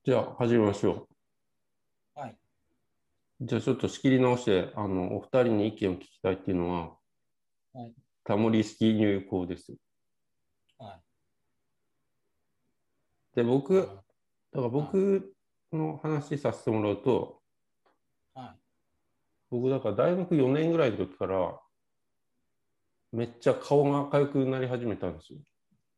じゃあ始めましょはい。 う。じゃあちょっと仕切り直して、お二人に意見を聞きたいっていうのは、 はい。 タモリ式入校です。 はい。 で、 あだからはい。 僕の話させてもらうと、 はい。 僕だから大学4年ぐらいの時から、めっちゃ顔が赤くなり始めたんですよ。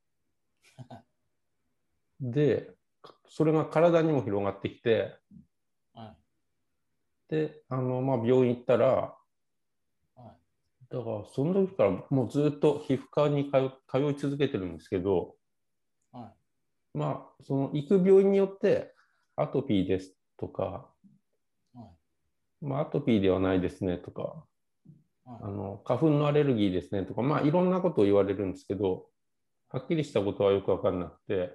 で、それが体にも広がってきて、 はい。 で、病院行ったら、 はい。 だからその時からもうずっと皮膚科に通い続けてるんですけど、 はその行く病院によってアトピーですとか、 い。はい。 アトピーではないですねとか、 はい。 花粉のアレルギーですねとか、いろんなことを言われるんですけど、はっきりしたことはよくわかんなくて、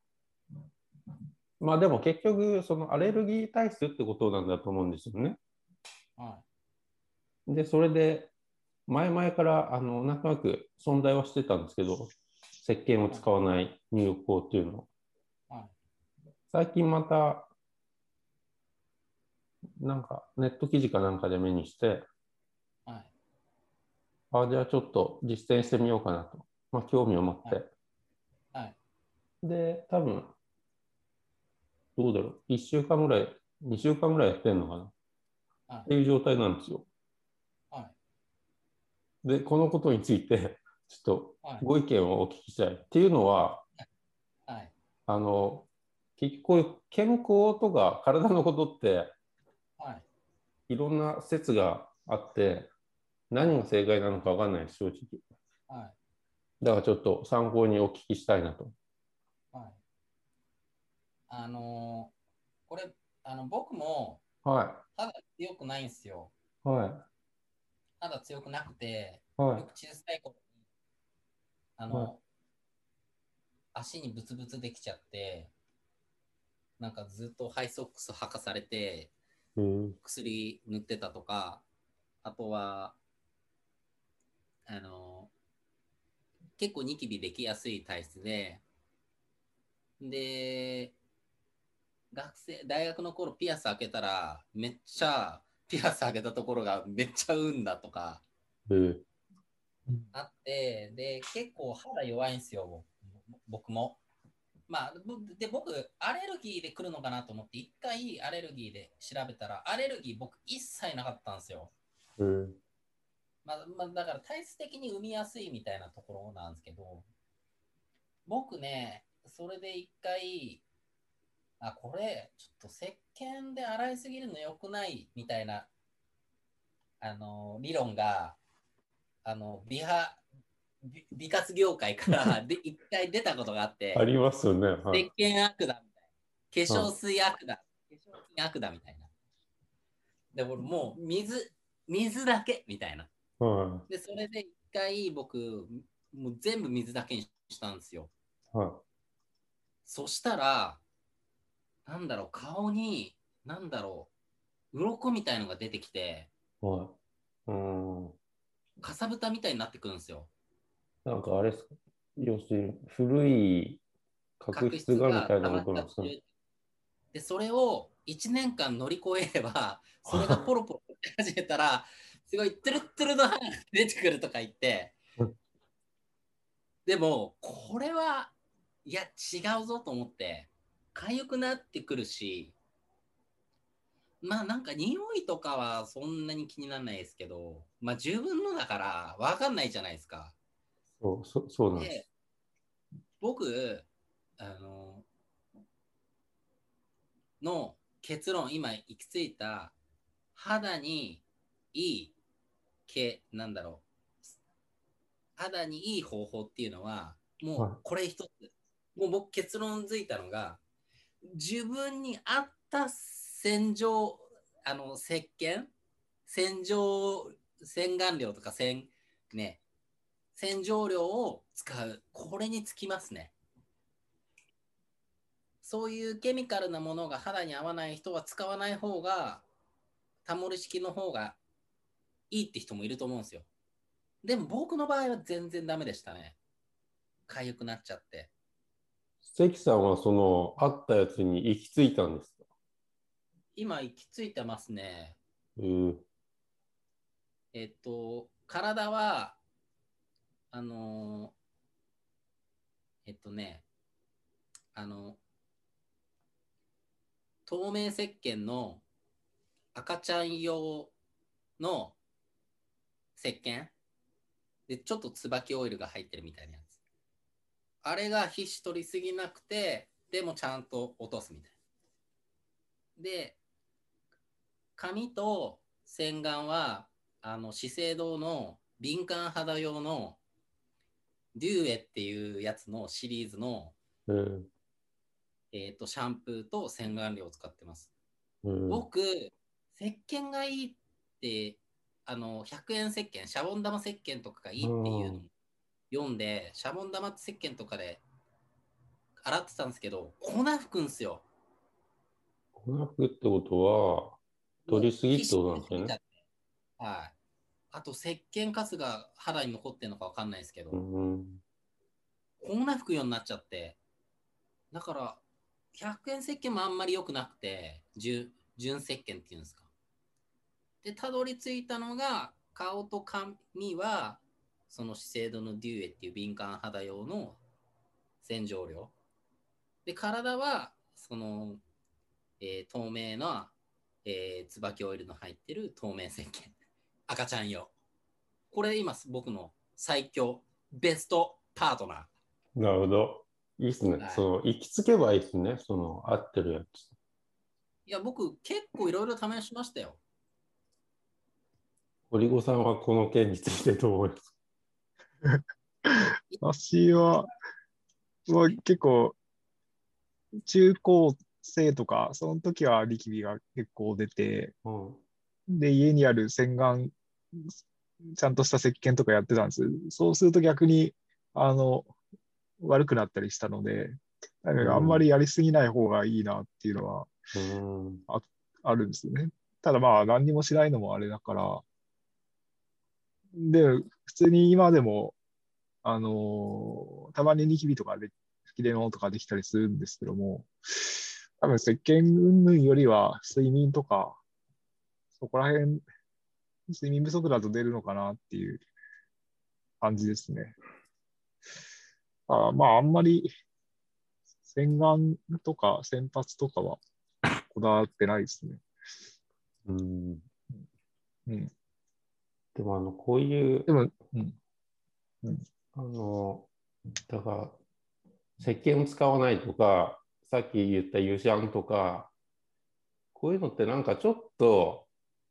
でも結局、そのアレルギー体質ってことなんだと思うんですよね。 はで、それで、前々から、なんとなく存在はしてたんですけど、石鹸をい。 使わない入浴法っていうのを。 はい。 最近また、なんかネット記事かなんかで目にして、 はい。 じゃあちょっと実践してみようかなと。興味を持っはい。 て。 はい。 で、多分、どうだろう。1週間ぐらい、2週間ぐらいやってんのかなっはい。 ていう状態なんですよ。 はい。 で、このことについて、ちょっとはい。 ご意見をお聞きしたい。っていうのは、 はい。 あの、結局こういう健康とか体のことってはい。 いろんな説があって、 はい。 何が正解なのかわかんないです、正直。 はい。 だからちょっと参考にお聞きしたいなと。 はい。あのこれ、僕もは肌強くないんですよ。 い。は肌強くなくて、 い。はよく小さい頃に、あい。はの、足にブツブツできちゃって、なんかずっとハイソックス履かされて、 い。 薬塗ってたとか、あとは、あの結構ニキビできやすい体質で、大学の頃ピアス開けたら、めっちゃ、ピアス開けたところがめっちゃうんだとかえー、 あって、で、結構肌弱いんですよ、僕も。僕、アレルギーで来るのかなと思って、一回アレルギーで調べたら、アレルギー僕一切なかったんですよ。 えー、 だから体質的に産みやすいみたいなところなんですけど、僕ね、それで一回、これ、ちょっと石鹸で洗いすぎるの良くないみたいな、理論が、あの、美肌、美活業界からで一回出たことがあって、 ありますよね。は石鹸悪だみたいな、 い。 化粧は水悪だ、化粧品悪だみたいな。で、俺もう水だけみたいな。 い。はで、それで一回僕、もう全部水だけにしたんですよ。 い。はそしたら、顔に、鱗みたいのが出てきて、 い。はい。うん。 かさぶたみたいになってくるんですよ。 なんかあれですか。要するに、古い角角質がみ質がたいなこ溜まっちゃとなんですかね。 ってる。で、それを1年間乗り越えれば、それがポロポロ出始めたら、すごいトゥルットゥルの歯が出てくるとか言って、でも、これは、いや、違うぞと思って、痒くなってくるし、なんか匂いとかはそんなに気にならないですけど、自分のだから分かんないじゃないですか。 そうなんでで、 す。 僕、あの、の結論、今行き着いた、肌にいい肌にいい方法っていうのは、もうはこれ一つ。もう僕結論づいたのが、自分に合った洗浄、石鹸洗浄、洗顔料とかね、洗浄料を使う。これにつきますね。そういうケミカルなものが肌に合わない人は使わない方が、タモリ式の方がいいって人もいると思うんですよ。でも僕の場合は全然ダメでしたね。痒くなっちゃって。 関さんはそのあったやつに行き着いたんですか？ 今行き着いてますね。 えー、 体は、あのーえっとね、あの、透明石鹸の赤ちゃん用の石鹸で、ちょっと椿オイルが入ってるみたいなやつ。あれが皮脂取りすぎなくて、でもちゃんと落とすみたいな。で、髪と洗顔は、資生堂の敏感肌用のデューエっていうやつのシリーズの、 えー、 シャンプーと洗顔料を使ってます。 えー、 僕、石鹸がいいって、100円石鹸、シャボン玉石鹸とかがいいっていうのを読んで、シャボン玉石鹸とかで洗ってたんですけど、粉吹くんすよ。 粉吹くってことは、取りもう、 すぎってこ皮脂となんですよね。 取りすぎちゃって。はい。あと、石鹸カスが肌に残ってるのかわかんないですけうど、 ん。 粉吹くようになっちゃって、だから、100円石鹸もあんまり良くなくて、純石鹸っていうんですか。で、たどり着いたのが、顔と髪は、その資生堂のデューエっていう敏感肌用の洗浄料。で、体は、透明な、椿オイルの入ってる透明石鹸。赤ちゃん用。これ今、僕の最強、ベストパートナなるほど。いいっすね。 ー。はい。 その、行き着けばいいっすね。その、合ってるやつ。 いや、僕、結構いろいろ試しましたよ。 堀子さんはこの件についてどう思いますか？ 私は、結構、中高生とか、その時はニキビが結構出て、 うん。 で、家にある洗顔、ちゃんとした石鹸とかやってたんです。そうすると逆に、あの、悪くなったりしたので、なんかあんまうん。 りやりすぎない方がいいなっていうのはうん。 あ、あるんですよね。ただまあ、何にもしないのもあれだから、で、普通に今でも、たまにニキビとかで、吹き出物とかできたりするんですけども、多分石鹸云々よりは睡眠とか、そこら辺、睡眠不足だと出るのかなっていう感じですね。まあ、あんまり洗顔とか洗髪とかはこだわってないですね。 うん。 うん。 でも、こういう、 でも、うん。うん。 あの、だから、石鹸を使わないとか、さっき言った油シャンとか、こういうのってなんかちょっと、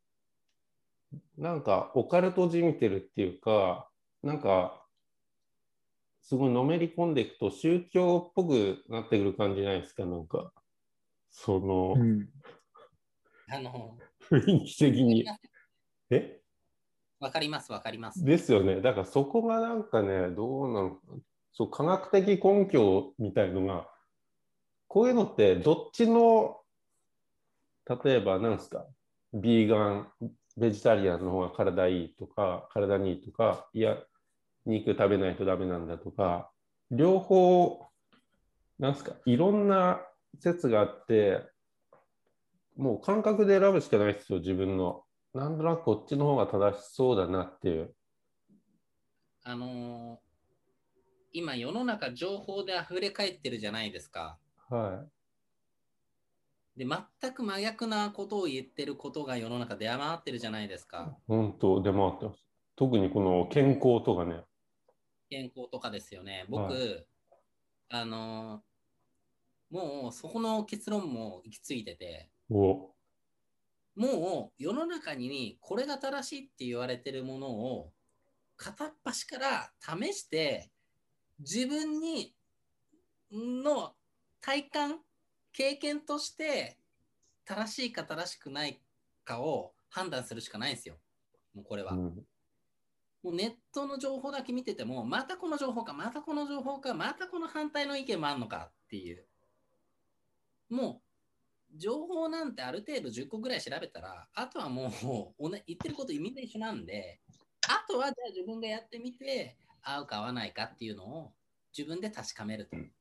なんかオカルトじみてるっていうか、なんかすごいのめり込んでいくと宗教っぽくなってくる感じないですか、なんか、そのうん。 あの、 雰囲気的に。えわかります、わかります。 ですよね。だからそこがなんかね、どうなのか、そう、科学的根拠みたいのが、こういうのってどっちの、例えばなんですか、ビーガン、ベジタリアンの方が体いいとか、体にいいとか、いや、肉食べないとダメなんだとか、両方、なんすか、いろんな説があって、もう感覚で選ぶしかないですよ、自分の。なんとなくこっちの方が正しそうだなっていう。 あのー今世の中情報で溢れ返ってるじゃないですか。 はで、全く真逆なことを言ってることが世の中出回ってるじゃないですい。 か。 本当、出回ってます。特にこの健康とかね。 健康とかですよね。 は僕、あのもうそこの結論も行き着いてて、 い。お、 もう世の中にこれが正しいって言われてるものを片っ端から試して自分にの体感、経験として正しいか正しくないかを判断するしかないんですよ。もうこれは。 うん。 もうネットの情報だけ見てても、またこの情報か、またこの情報か、またこの反対の意見もあるのかっていう。もう情報なんてある程度10個ぐらい調べたら、あとはもう言ってることみんな一緒なんで、あとはじゃあ自分がやってみて、合うか合わないかっていうのを自分で確かめると。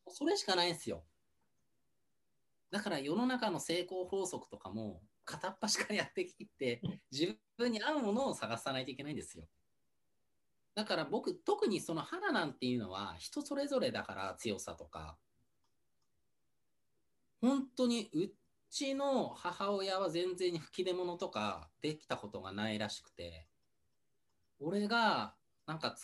それしかないんですよ。だから世の中の成功法則とかも片っ端からやってきて、自分に合うものを探さないといけないんですよ。だから僕、特にその肌なんていうのは人それぞれだから、強さとか。本当にうちの母親は全然吹き出物とかできたことがないらしくて、俺がなんか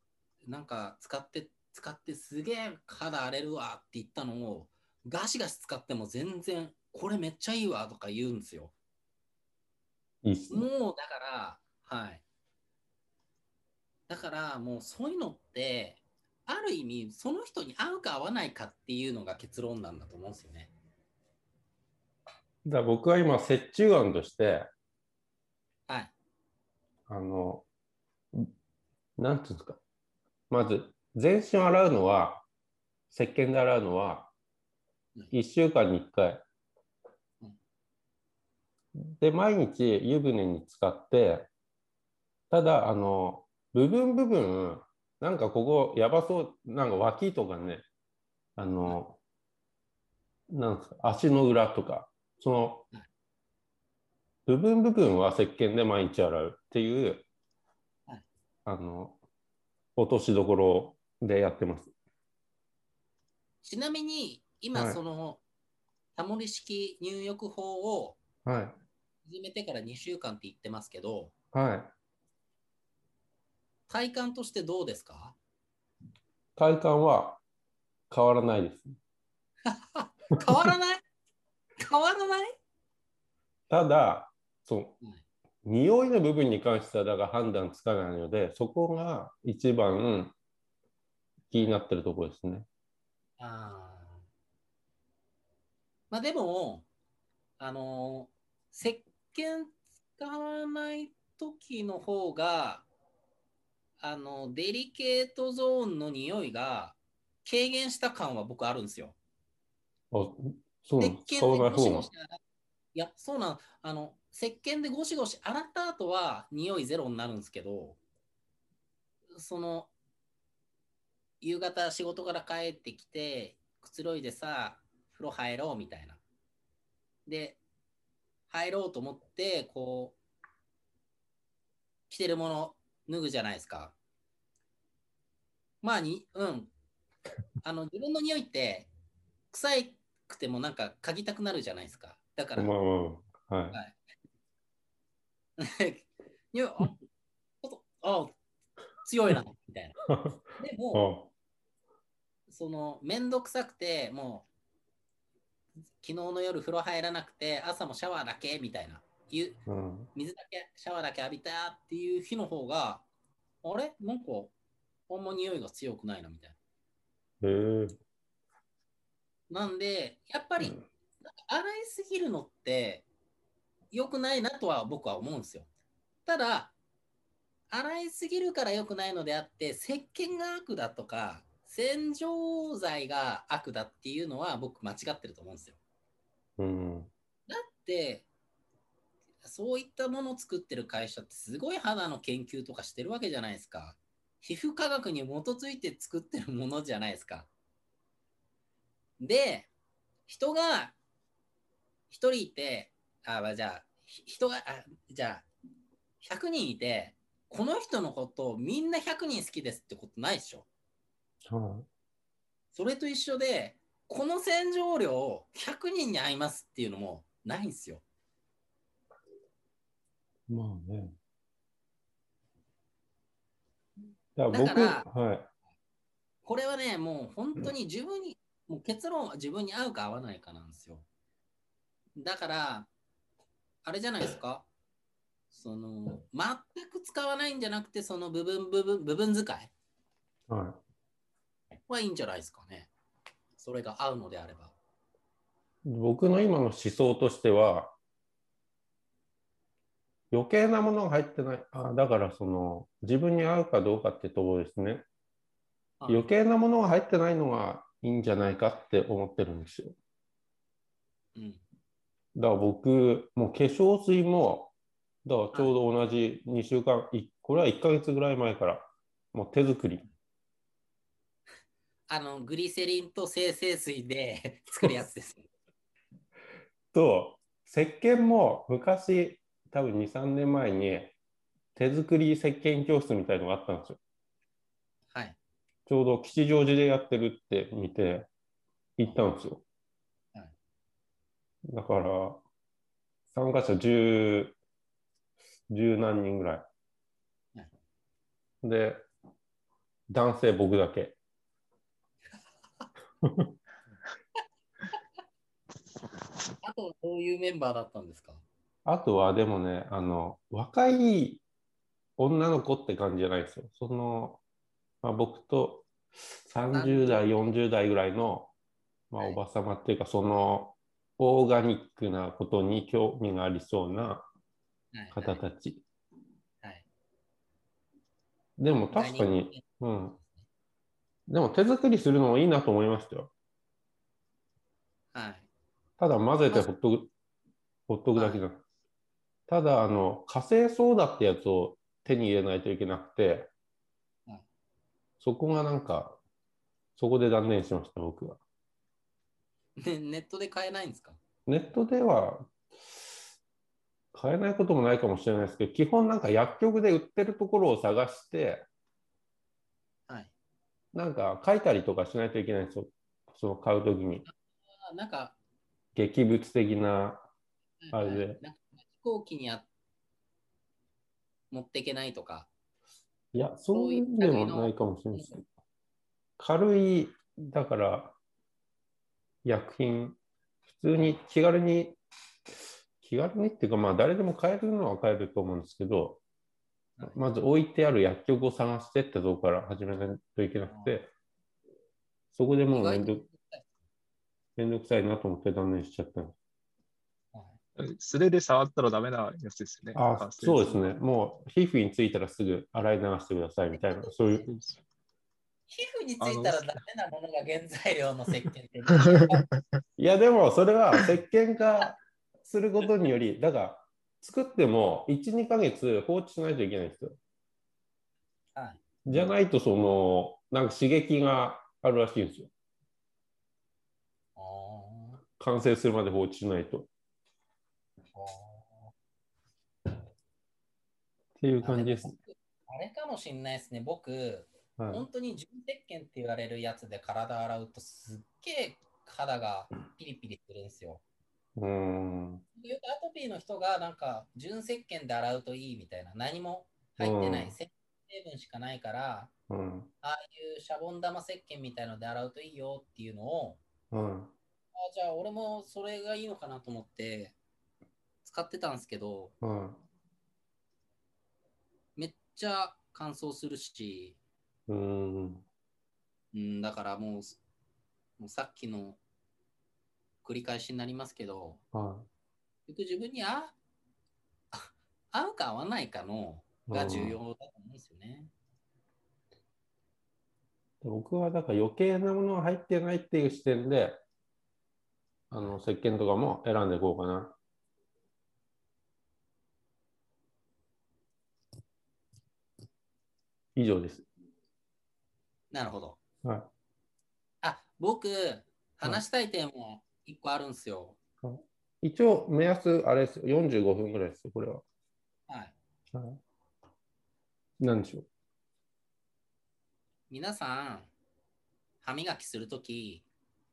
使ってすげえ肌荒れるわって言ったのをガシガシ使っても全然これめっちゃいいわとか言うんですよ。 いいっすね。 もうだから、はい。だからもうそういうのってある意味その人に合うか合わないかっていうのが結論なんだと思うんですよね。 だから僕は今、折衷案として、 はい。 あの、なんていうんですか。まず、全身を洗うのは、石鹸で洗うのは、1週間に1回。で、毎日湯船に浸かって、ただ、部分部分、なんかここやばそう、なんか脇とかね、あの、なんですか、足の裏とか、その部分部分は石鹸で毎日洗うっていう、 はい、 あの、落としどころでやってます。 ちなみに今はい。 そのタモリ式入浴法をはい。 始めてから2週間って言ってますけど、 はい。 体感としてどうですか？ 体感は変わらないです。 変わらない変わらない、 ただ、そはい、 う、匂いの部分に関してはだから判断つかないので、そこが一番気になってるところですね。 あ、まあでも、石鹸使わない時の方が、デリケートゾーンの匂いが軽減した感は僕あるんですよ。 あ、そうなんです。使わ石鹸でない方が。 ゴシゴシ洗っ、いや、そうなん、石鹸でゴシゴシ洗った後は匂いゼロになるんですけど、その、夕方仕事から帰ってきて、くつろいでさ、風呂入ろうみたいな。で、入ろうと思って、こう、着てるもの脱ぐじゃないですか。まあうん。自分の匂いって臭くてもなんか嗅ぎたくなるじゃないですか。だから、 まあまあ、ははい。匂い、ちょっと、強いな、みたいな。でい。 も、 あ、 めんどくさくて、もう、昨日の夜風呂入らなくて、朝もシャワーだけ、みたいな。 うん。 水だけ、シャワーだけ浴びたっていう日の方が、あれなんか、あんま匂いが強くないな、みたいへえ。 な。なんで、やっぱり、なんか洗いすぎるのって良くないなとは僕は思うんですよ。ただ、洗いすぎるから良くないのであって、石鹸が悪だとか、洗浄剤が悪だっていうのは僕間違ってると思うんですよ。 うん。 だって、そういったものを作ってる会社ってすごい肌の研究とかしてるわけじゃないですか。皮膚科学に基づいて作ってるものじゃないですか。で、人が一人いて、じゃあ、人が、じゃあ、100人いて、この人のことをみんな100人好きですってことないでしょ。 はそれと一緒で、この洗浄量100人に合いますっていうのもないんですよ。 い。まあね。だから僕、 だから、 はい。 これはね、もう本当に自分に、もう結論は自分に合うか合わないかなんですよ。だから、あれじゃないですか。全く使わないんじゃなくて、その部分使いははいいんじゃないですかね。それが合うのであれば。 い。僕の今の思想としては、余計なものが入ってない。だから自分に合うかどうかってところですね。 はい。 余計なものが入ってないのがいいんじゃないかって思ってるんですよ。 うん。 だから僕、もう化粧水も、だからちはい。 ょうど同じ2週間、これは1ヶ月ぐらい前から、もう手作り。 グリセリンと精製水で作るやつです。 と、石鹸も昔、多分2、3年前に手作り石鹸教室みたいのがあったんですよ。 はい。 ちょうど吉祥寺でやってるって見て行ったんですよ。 はい、 だから参加者10何人ぐらい。 はい、 で、男性僕だけ。 あと、どういうメンバーだったんですか？ あとはでもね、若い女の子って感じじゃないですよ。僕と30代、40代ぐらいの、 はい、 おばさまっていうか、オーガニックなことに興味がありそうなはい、 方たち。 はい。 でもが人確かに、 気。 うん。でも手作りするのもいいなと思いましたよ。 はい。 ただ混ぜまてほっとくあ、はい。 だけじゃなくて。ただ、火星ソーダってやつを手に入れないといけなくて、 はい、 そこがなんか、そこで断念しました、僕は。 ネットで買えないんですか？ ネットでは買えないこともないかもしれないですけど、基本なんか薬局で売ってるところを探して、 はい。 なんか書いたりとかしないといけないんですよ。その買うときに。 なんか、 劇物的な、あれはい。 で。 なんか飛行機に持っていけないとか、 いや、 そういうそういうんでも類の。 ないかもしれないです。軽い、だから薬品、普通に気軽にっていうか、誰でも買えるのは買えると思うんですけど、 はい、 まず置いてある薬局を探してってとこから始めないといけなくて、そこでもう意外と。 めんどくさいなと思って断念しちゃったんです。 はい、 素手で触ったらダメなやつですよね。 あ、 完成するの。 そうですね。もう皮膚についたらすぐ洗い流してくださいみたいな、そういう。 皮膚につあの、 いたらダメなものが原材料の石鹸って何がある？ いや、でもそれは石鹸化することにより、だから作っても1、2ヶ月放置しないといけないんですよ。 はい。 じゃないと、なんか刺激があるらしいんですよ。 あー、 完成するまで放置しないと。っあていうでも感じですね。 あれかもしれないですね。僕、 はい。 本当に純石鹸って言われるやつで体洗うとすっげえ肌がピリピリするんですよ。 うーん。 よくアトピーの人がなんか純石鹸で洗うといいみたいな、何もう入ってないん。 成分しかないから、 うん。 ああいうシャボン玉石鹸みたいので洗うといいよっていうのを、 うん。 じゃあ俺もそれがいいのかなと思って使ってたんですけど、 うん。 めっちゃ乾燥するし、 うん。 うん、だからもうさっきの繰り返しになりますけど、 は結局自分に合うか合わないかのい。うが重ん。 要だと思うんですよね。 僕はだから余計なものが入ってないっていう視点で、 はい、 石鹸とかも選んでいこうかな。以上です。 なるほど。 は僕、 い。は話したい点も一個あるんですよ。 い。はい、一応、目安、あれですよ。45分ぐらいですよ、これは。 はい。 はい。何でしょう。 皆さん、歯磨きするとき、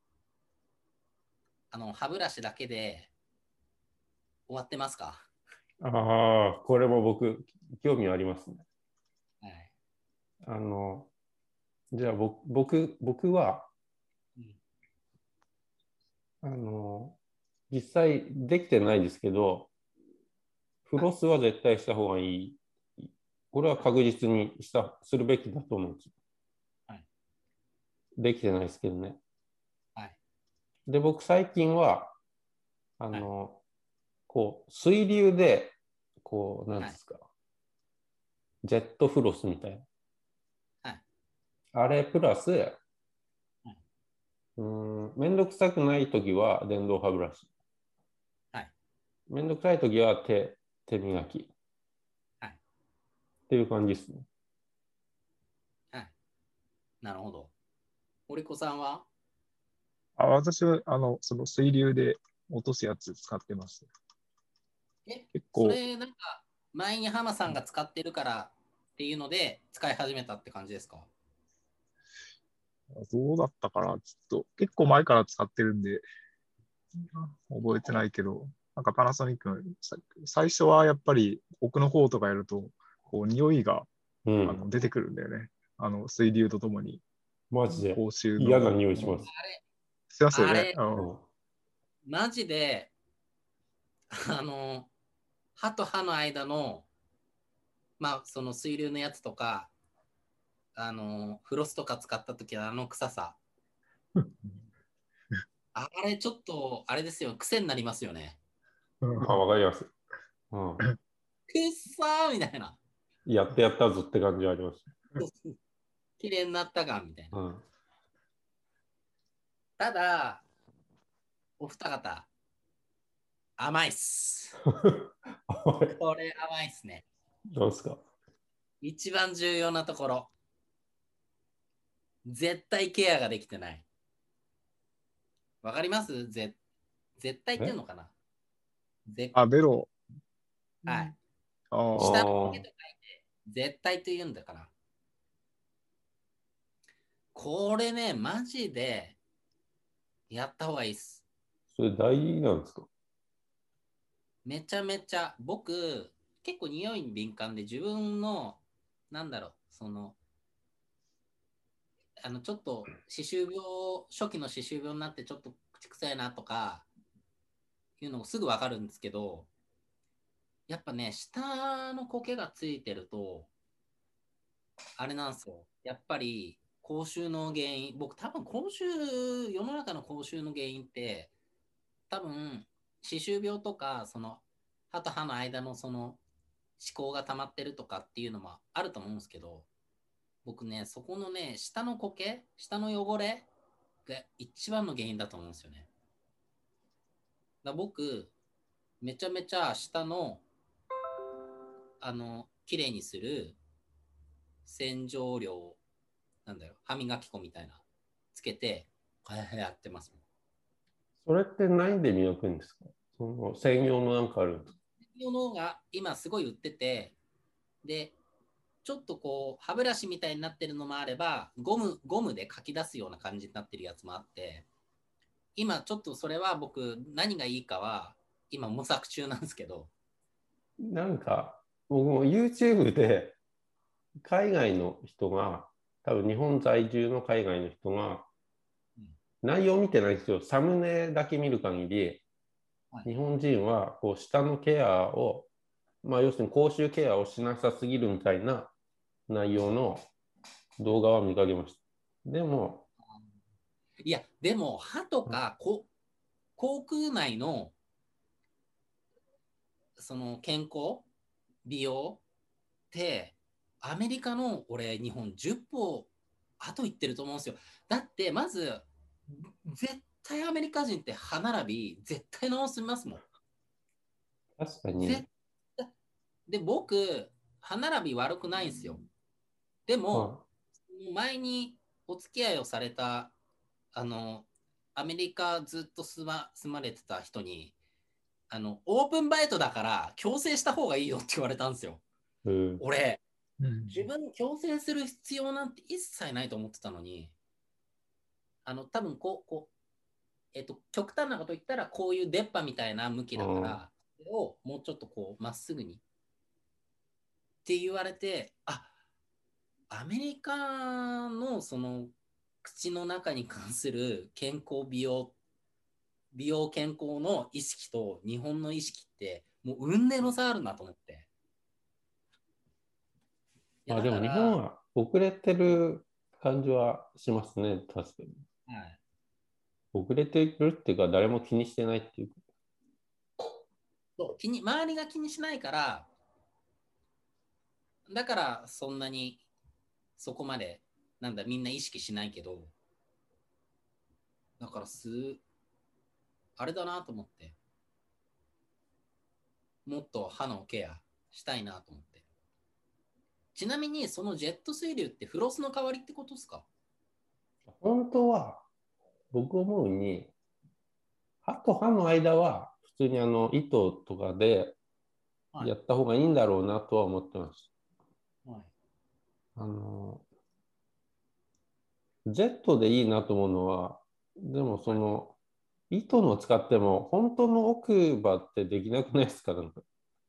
歯ブラシだけで終わってますか？ ああ、これも僕、興味ありますね。 はい。 あの、じゃあ僕は、 うん、 あの、実際できてないですけど、フはい。 ロスは絶対した方がいい。これは確実にするべきだと思うんですよ。 はい。 できてないですけどね。 はい。 で、僕最近は、あはい。 の、水流で、なんはい。 ですか、ジェットフロスみたいな。 はい。 あれプラス、 はい。 めんどくさくないときは電動歯ブラシ。 はい。 めんどくさいときは手磨き。 はい。 っていう感じですね。 はい。なるほど。 堀子さんは私は、その水流で落とすやつ使ってます。結構、 それなんか前に浜さんが使ってるからっていうので使い始めたって感じですか？ どうだったかな、ちょっと、結構前から使ってるんで、覚えてないけど、なんかパナソニックの最初はやっぱり奥の方とかやると、こう、匂いがうん。 出てくるんだよね。水流とともに、 マジで口臭の。 嫌な匂いします。 しますよね。 あれ、 うん。 うん。 マジで、あの、歯と歯の間の、まあ、その水流のやつとか、フロスとか使った時のあの臭さ。あれ、ちょっと、あれですよ、癖になりますよね。 まあ、わかります。うん。 くっさーみたいな。 やってやったぞって感じはあります。 綺麗になったかみたいな。 うん。 ただ、お二方、甘いっす。これ甘いっすね。 なんすか？ 一番重要なところ。絶対ケアができてない。わかります？絶対っていうえのかな？ぜあ、ベロ。 はい。 あ下のあ、 毛と書いて、絶対と言うんだから。これね、マジでやった方がいいっす。 それ大事なんですか？ めちゃめちゃ、僕、結構匂いに敏感で、自分の、なんだろう、ちょっと歯周病、初期の歯周病になってちょっと口臭いなとかいうのもすぐわかるんですけど、やっぱね、下の苔がついてると、あれなんですよ。やっぱり口臭の原因、僕多分世の中の口臭の原因って、多分歯周病とか、歯と歯の間の歯垢が溜まってるとかっていうのもあると思うんですけど、僕ね、そこのね、下の汚れが一番の原因だと思うんですよね。僕、めちゃめちゃ下の、綺麗にする洗浄料、なんだよ、歯磨き粉みたいな、つけて、やってます。 それって何で磨くんですか？その専用のなんかあるんですか？ 専用のが今すごい売ってて、で、ちょっとこう、歯ブラシみたいになってるのもあれば、ゴムで書き出すような感じになってるやつもあって、今ちょっとそれは僕、何がいいかは、今模索中なんですけど、 なんか、僕も YouTube で海外の人が、多分日本在住の海外の人が、 うん、 内容見てないですよ。サムネだけ見る限り、 はい、 日本人はこう舌のケアを、まあ、要するに口臭ケアをしなさすぎるみたいな内容の動画は見かけました。でも、 いや、でも歯とか口腔内のその健康、美容ってアメリカの俺日本10歩後行ってると思うんですよ。だってまず絶対アメリカ人って歯並び絶対直しますもん。 確かに、 絶対。で、僕、歯並び悪くないんですよ。でも、 は前にお付き合いをされた、あの、アメリカずっと住まれてた人に、オープンバイトだから強制した方がいいよって言われたんですよ。俺、 うん。 自分に強制する必要なんて一切ないと思ってたのに、多分極端なこと言ったら、こういう出っ歯みたいな向きだかあ、 ら、それをもうちょっとこう、まっすぐにって言われて、アメリカのその口の中に関する美容健康の意識と日本の意識ってもう雲泥の差あるなと思って。いや、だまあでも日本から、 は遅れてる感じはしますね、確かに。 はい、 遅れてるっていうか、誰も気にしてないっていうか。 そう周りが気にしないから、だからそんなにそこまで、なんだ、みんな意識しないけど、だからあれだなと思って、もっと歯のケアしたいなと思って。ちなみに、そのジェット水流ってフロスの代わりってことですか？ 本当は、僕思うに、歯と歯の間は、普通に糸とかではい。 やった方がいいんだろうなとは思ってます。 はい。 あの、Z でいいなと思うのは、でも糸の使っても、本当の奥歯ってできなくないですか？なんか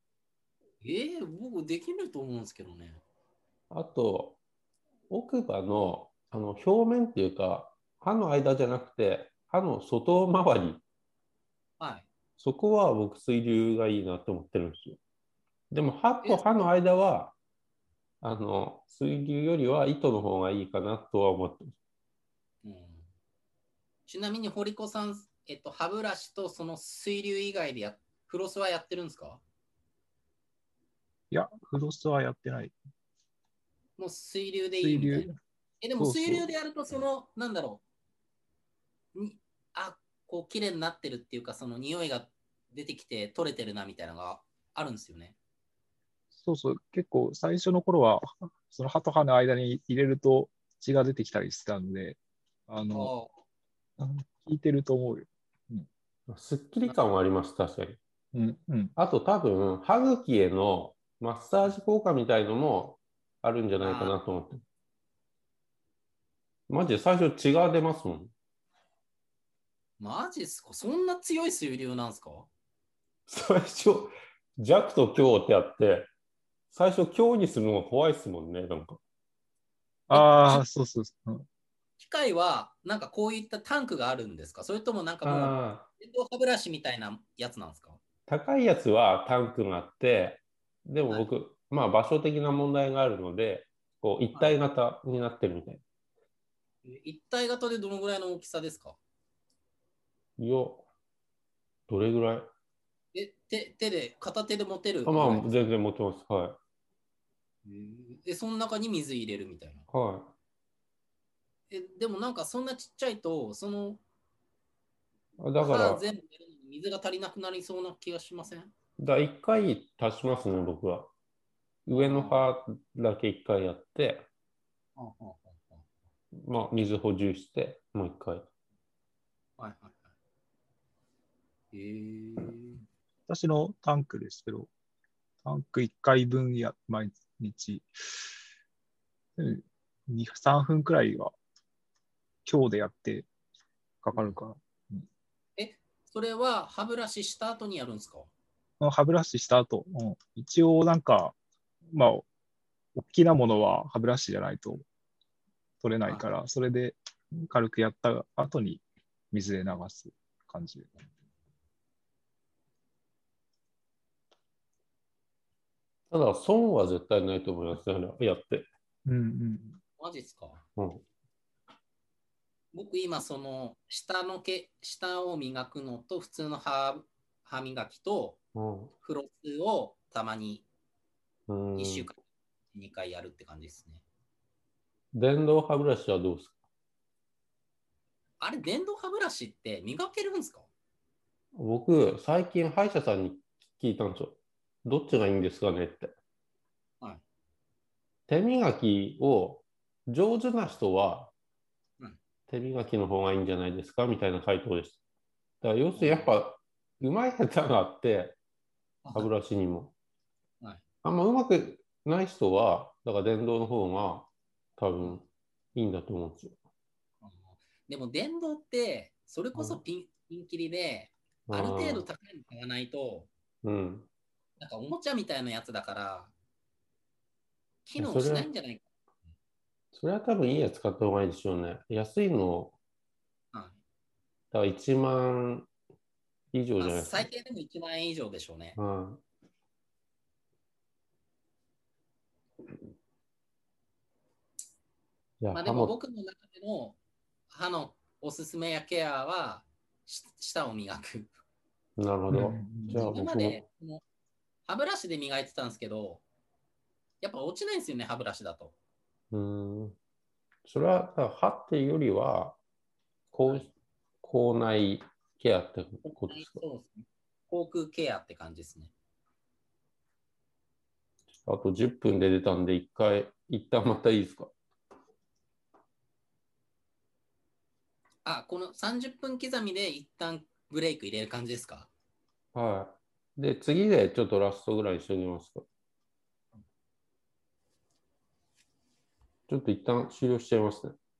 僕できると思うんですけどね。 あと、奥歯の、表面っていうか、歯の間じゃなくて、歯の外周り、 はい。 そこは僕、水流がいいなと思ってるんですよ。でも、歯とえ、 歯の間は、水流よりは糸の方がいいかなとは思ってます。 うん、ちなみに堀子さん、歯ブラシとその水流以外でフロスはやってるんですか？ いや、フロスはやってない。 もう水流でいい水流。 みたいな。でもそうそう。 水流でやると、なんだろう、あ、こう、綺麗になってるっていうか、その匂いが出てきて取れてるなみたいなのがあるんですよね。 そうそう。結構最初の頃は、その歯と歯の間に入れると血が出てきたりしてたので、あの、 ああ、 効いてると思うよ。うん。 すっきり感はあります、確かに。 うん。うん。 あと多分、歯茎へのマッサージ効果みたいのもあるんじゃないかあなと思って。マジで最初血が出ますもん。 マジっすか？そんな強い水流なんすか？ 最初、弱と強ってあって、最初強にするのが怖いですもんね、なんか。 え、 ああ、そうそうそう。うん。 機械はなんかこういったタンクがあるんですか？それともなんかもうああ、 電動歯ブラシみたいなやつなんですか？ 高いやつはタンクがあって、でもはい。 僕、まあ場所的な問題があるので、こう一はい。 体型になってるみたい。 一体型でどのぐらいの大きさですか？ よ、どれぐらい？ 片手で持てるまあぐらいですか？ 全然持ってます。はその中に水入れるみたいな。 い。はでもなんかそんなちっちゃいと、そのい。だから、 歯全部入れるのに水が足りなくなりそうな気がしません？ 一回足しますね、僕は。上のあ歯だけ一回やって、 あ、ああ、ああ、 まあ水補充して、もう一回。 はいはいはい。 私のタンクですけど、タンク1回分毎日、2、3分くらいは今日でやってかかるから。うん。 え、それは歯ブラシした後にやるんですか？ 歯ブラシした後、一応なんか、まあ、大きなものは歯ブラシじゃないと取れないはい。 から、それで軽くやった後に水で流す感じで。 ただ、損は絶対ないと思いますね、やって。 うんうん。 マジっすか？ うん。 僕今下を磨くのと普通の歯磨きとうフロスをたまに1 ん。 週間2回やるって感じですね。 電動歯ブラシはどうですか？ あれ、電動歯ブラシって磨けるんですか？ 僕、最近歯医者さんに聞いたんですよ。どっちがいいんですかねって。 はい。 手磨きを上手な人はうん。 手磨きの方がいいんじゃないですかみたいな回答です。だから要するにやっあぱうまい下手があってあ、はい。 歯ブラシにも。 はい。 あんまうまくない人はだから電動の方が多うん。 分いいんだと思うんですよ。 あーでも電動ってそれこそうん。 ピンキリで、ある程度ああ、 高いの買わないと、 うん。 なんかおもちゃみたいなやつだから機いや能しないんじゃないかそれは多分いいやつ買った方がいいでしょうね。安いの、 な。はい。 だから1万以上まあ、 じゃないですか。 最低でも1万円以上でしょうね。 うん。いや、 まあでも歯も、 僕の中での歯のおすすめやケアは舌を磨く。 なるほうんうど。じゃあ今まで僕も、 この歯ブラシで磨いてたんですけど、やっぱ落ちないんですよね、歯ブラシだと。 うん。それは、だから歯っていうよりは、口、 はい。 口内ケアってことですか？ そうですね。口腔ケアって感じですね。 あと10分で出たんで、一旦またいいですか？ あ、この30分刻みで一旦ブレイク入れる感じですか？ はい。で、次でちょっとラストぐらいにしてみますか。ちょっと一旦終了しちゃいますね。